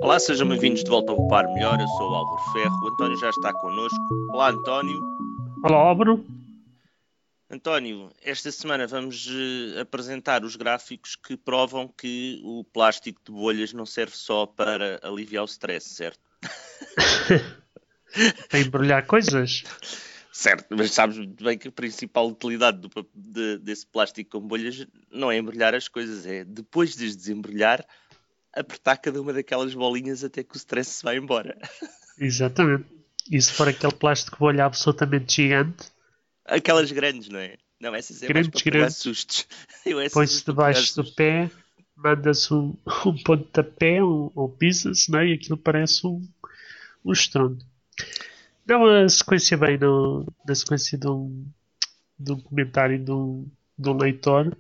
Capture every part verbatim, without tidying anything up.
Olá, sejam bem-vindos de volta ao Par Melhor. Eu sou o Álvaro Ferro. O António já está connosco. Olá, António. Olá, Álvaro. António, esta semana vamos uh, apresentar os gráficos que provam que o plástico de bolhas não serve só para aliviar o stress, certo? Para embrulhar coisas? Certo, mas sabes muito bem que a principal utilidade do, de, desse plástico com bolhas não é embrulhar as coisas, é depois de as desembrulhar, apertar cada uma daquelas bolinhas até que o stress se vá embora. Exatamente. E se for aquele plástico bolha absolutamente gigante, Aquelas grandes, não é? Não, essas é mais para grandes, pegar grandes, sustos. Eu essas uso põe-se para pegar debaixo do sustos. pé, manda-se um, um pontapé um, ou pisa-se, não é? E aquilo parece um, um estrondo. Dá uma sequência bem no, na sequência de um, de um comentário de um, de um leitor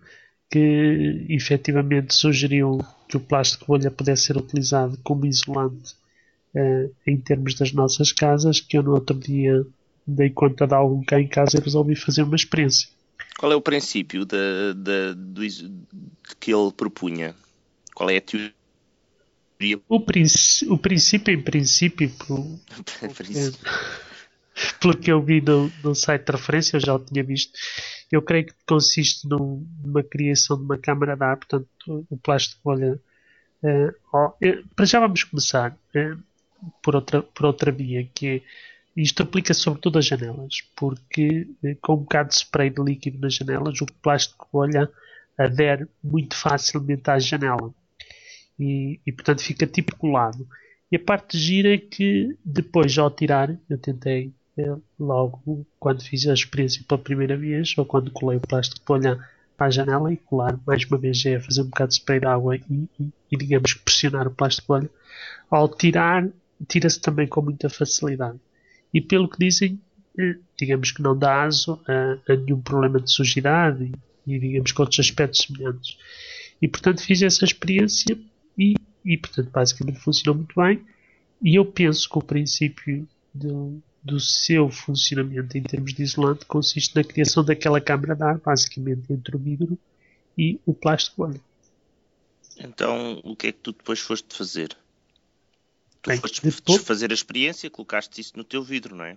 que efetivamente sugeriu que o plástico bolha pudesse ser utilizado como isolante uh, em termos das nossas casas, que eu no outro dia dei conta de algum cá em casa e resolvi fazer uma experiência. Qual é o princípio de, de, do, que ele propunha? Qual é a teoria? O, princ- o princípio, em princípio, pelo, Princípio. pelo que eu vi no, no site de referência, eu já o tinha visto, eu creio que consiste num- numa criação de uma câmara de ar, portanto, o plástico, olha, eh, ó, eh, para já vamos começar eh, por, outra, por outra via, que é, isto aplica sobretudo às janelas, porque eh, com um bocado de spray de líquido nas janelas, o plástico bolha adere muito facilmente à janela e, e portanto fica tipo colado. E a parte gira é que depois ao tirar, eu tentei eh, logo quando fiz a experiência pela primeira vez, ou quando colei o plástico de bolha à janela e colar mais uma vez é fazer um bocado de spray de água e, e, e digamos que pressionar o plástico de bolha, ao tirar, tira-se também com muita facilidade. E pelo que dizem, eh, digamos que não dá aso a, a nenhum problema de sujidade e, e digamos que outros aspectos semelhantes. E portanto fiz essa experiência e, e portanto basicamente funcionou muito bem. E eu penso que o princípio do, do seu funcionamento em termos de isolante consiste na criação daquela câmara de ar, basicamente entre o vidro e o plástico bolha. Então, o que é que tu depois foste fazer? Tu Bem, foste depois fazer a experiência, colocaste isso no teu vidro, não é?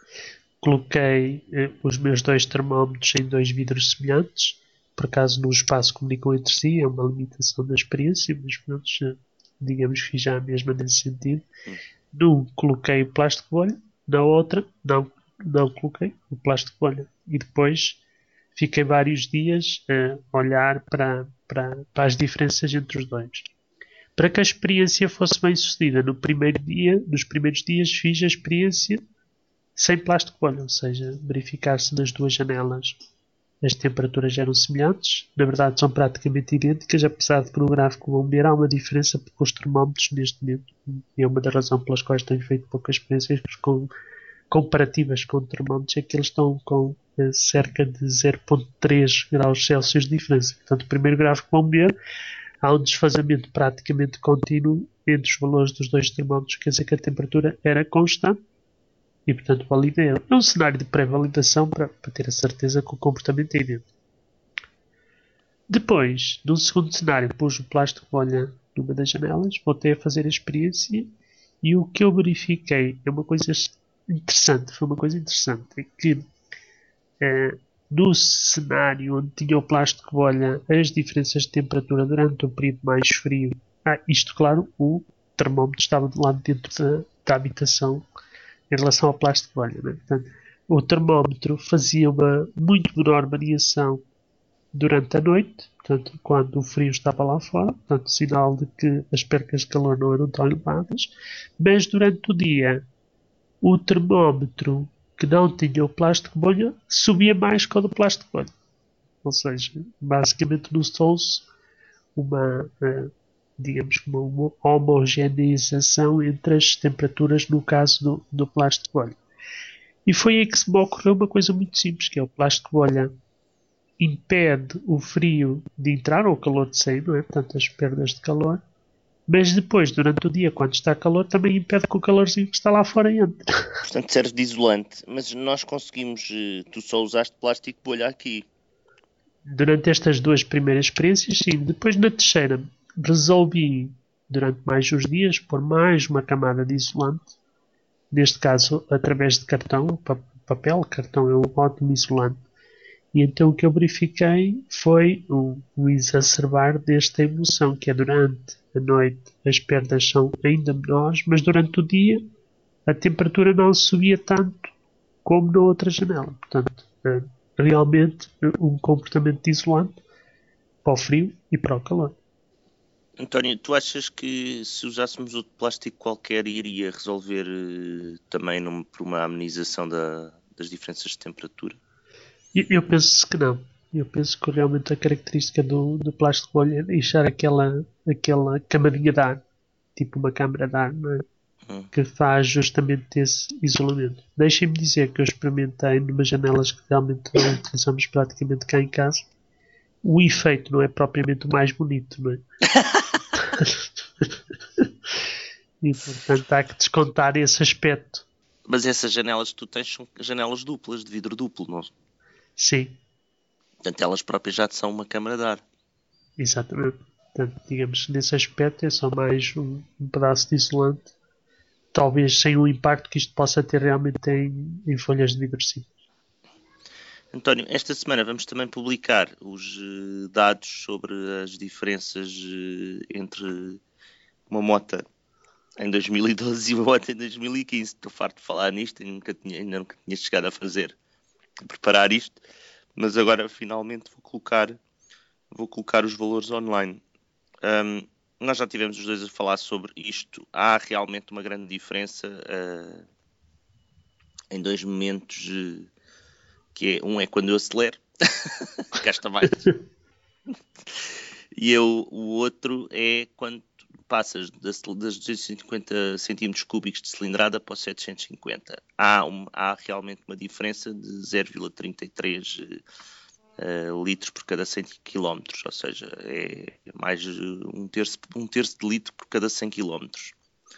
coloquei eh, os meus dois termómetros em dois vidros semelhantes, por acaso no espaço comunicam entre si, é uma limitação da experiência, mas pronto, já, digamos que fiz já a mesma nesse sentido. Hum. Num coloquei o plástico bolha, na outra não, não coloquei o plástico bolha. E depois fiquei vários dias a olhar para, para, para as diferenças entre os dois. Para que a experiência fosse bem sucedida, no primeiro dia, nos primeiros dias fiz a experiência sem plástico bolha, ou seja, verificar-se nas duas janelas as temperaturas eram semelhantes, na verdade são praticamente idênticas, apesar de que no gráfico vão ver há uma diferença porque os termómetros neste momento, e é uma das razões pelas quais tenho feito poucas experiências com, comparativas com termómetros, é que eles estão com eh, cerca de zero vírgula três graus Celsius de diferença. Portanto, o primeiro gráfico vão ver, há um desfazamento praticamente contínuo entre os valores dos dois termómetros, quer dizer que a temperatura era constante. E, portanto, valida ele. É um cenário de pré-validação para, para ter a certeza que o comportamento é idêntico. Depois, num segundo cenário, pus o plástico bolha numa das janelas, voltei a fazer a experiência e o que eu verifiquei é uma coisa interessante, foi uma coisa interessante, é que eh, no cenário onde tinha o plástico bolha, as diferenças de temperatura durante o período mais frio, ah, isto claro, o termómetro estava do lado dentro da, da habitação em relação ao plástico bolha. Né? Portanto, o termómetro fazia uma muito menor variação durante a noite, portanto, quando o frio estava lá fora, portanto, sinal de que as percas de calor não eram tão elevadas, mas durante o dia o termómetro que não tinha o plástico bolha subia mais que o do plástico bolha. Ou seja, basicamente notou-se uma, uh, digamos, uma homogeneização entre as temperaturas no caso do, do plástico bolha. E foi aí que se me ocorreu uma coisa muito simples, que é o plástico bolha impede o frio de entrar ou o calor de sair, não é? Portanto, as perdas de calor. Mas depois, durante o dia, quando está calor, também impede que o calorzinho que está lá fora entre. Portanto, serve de isolante. Mas nós conseguimos... Tu só usaste plástico bolha aqui. Durante estas duas primeiras experiências, sim. Depois, na terceira, resolvi durante mais uns dias, pôr mais uma camada de isolante, neste caso através de cartão, papel, cartão é um ótimo isolante. E então o que eu verifiquei foi o, o exacerbar desta emoção, que é durante a noite as perdas são ainda menores, mas durante o dia a temperatura não subia tanto como na outra janela. Portanto, realmente um comportamento isolante para o frio e para o calor. António, tu achas que se usássemos outro plástico qualquer iria resolver uh, também num, por uma amenização da, das diferenças de temperatura? Eu, eu penso que não. Eu penso que realmente a característica do, do plástico bolha é deixar aquela, aquela camarinha de ar, tipo uma câmara de ar, não é? Hum. Que faz justamente esse isolamento. Deixem-me dizer que eu experimentei numas janelas que realmente não utilizamos praticamente cá em casa. O efeito não é propriamente o mais bonito, não é? E portanto há que descontar esse aspecto. Mas essas janelas que tu tens são janelas duplas, de vidro duplo, não? Sim. Portanto, elas próprias já são uma câmara de ar. Exatamente. Portanto, digamos que nesse aspecto é só mais um, um pedaço de isolante, talvez sem o impacto que isto possa ter realmente em, em folhas de vidro simples. António, esta semana vamos também publicar os uh, dados sobre as diferenças uh, entre uma moto em dois mil e doze e uma moto em dois mil e quinze. Estou farto de falar nisto e nunca tinha, ainda nunca tinha chegado a fazer, a preparar isto, mas agora finalmente vou colocar, vou colocar os valores online. Um, nós já tivemos os dois a falar sobre isto. Há realmente uma grande diferença uh, em dois momentos... Uh, que é, um é quando eu acelero, gasta mais, e eu, o outro é quando passas das, das duzentos e cinquenta centímetros cúbicos de cilindrada para os setecentos e cinquenta. Há, um, há realmente uma diferença de zero vírgula trinta e três uh, litros por cada cem quilómetros, ou seja, é mais um terço, um terço de litro por cada cem quilómetros.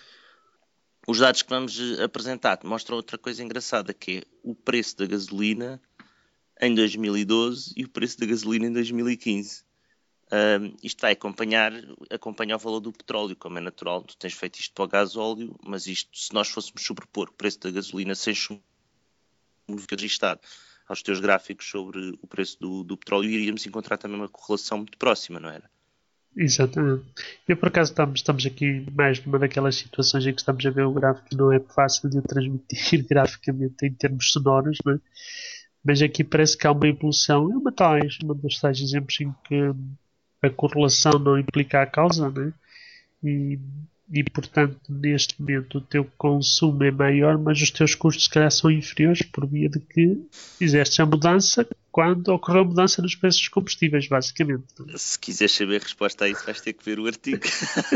Os dados que vamos apresentar mostram outra coisa engraçada, que é o preço da gasolina em dois mil e doze e o preço da gasolina em dois mil e quinze. Um, isto vai acompanhar, acompanhar o valor do petróleo, como é natural. Tu tens feito isto para o gasóleo, mas isto, se nós fôssemos sobrepor o preço da gasolina sem chumbo registado aos teus gráficos sobre o preço do, do petróleo, iríamos encontrar também uma correlação muito próxima, não era? Exatamente. Eu, por acaso, estamos, estamos aqui mais numa daquelas situações em que estamos a ver o gráfico e não é fácil de o transmitir graficamente em termos sonoros, não é? Mas aqui parece que há uma evolução. É uma tais, um dos tais exemplos em que a correlação não implica a causa, não é? E, e, portanto, neste momento o teu consumo é maior, mas os teus custos, se calhar, são inferiores por via de que fizeste a mudança quando ocorreu a mudança nos preços dos combustíveis, basicamente. Se quiseres saber a resposta a isso, vais ter que ver o artigo.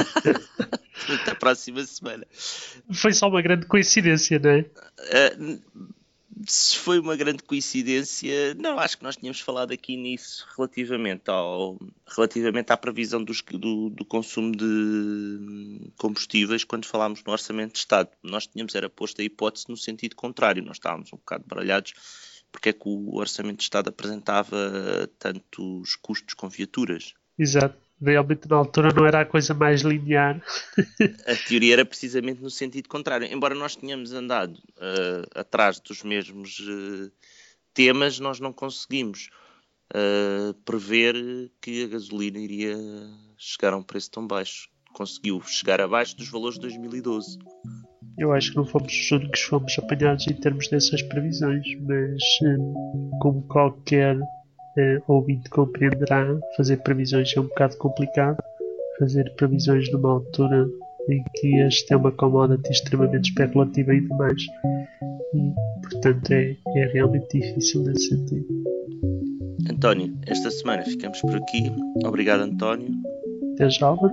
Até a próxima semana. Foi só uma grande coincidência, não é? Uh, se foi uma grande coincidência, não, acho que nós tínhamos falado aqui nisso relativamente, ao, relativamente à previsão dos, do, do consumo de combustíveis quando falámos no Orçamento de Estado. Nós tínhamos era posto a hipótese no sentido contrário, nós estávamos um bocado baralhados porque é que o Orçamento de Estado apresentava tantos custos com viaturas. Exato. Realmente na altura não era a coisa mais linear. A teoria era precisamente no sentido contrário. Embora nós tenhamos andado uh, atrás dos mesmos uh, temas, nós não conseguimos uh, prever que a gasolina iria chegar a um preço tão baixo. Conseguiu chegar abaixo dos valores de dois mil e doze. Eu acho que não fomos os únicos que fomos apanhados em termos dessas previsões, mas um, como qualquer uh, ouvinte compreenderá, fazer previsões é um bocado complicado. Fazer previsões numa altura em que este é uma commodity extremamente especulativa e demais. E, portanto, é, é realmente difícil nesse sentido. António, esta semana ficamos por aqui. Obrigado, António. Até já, Álvaro.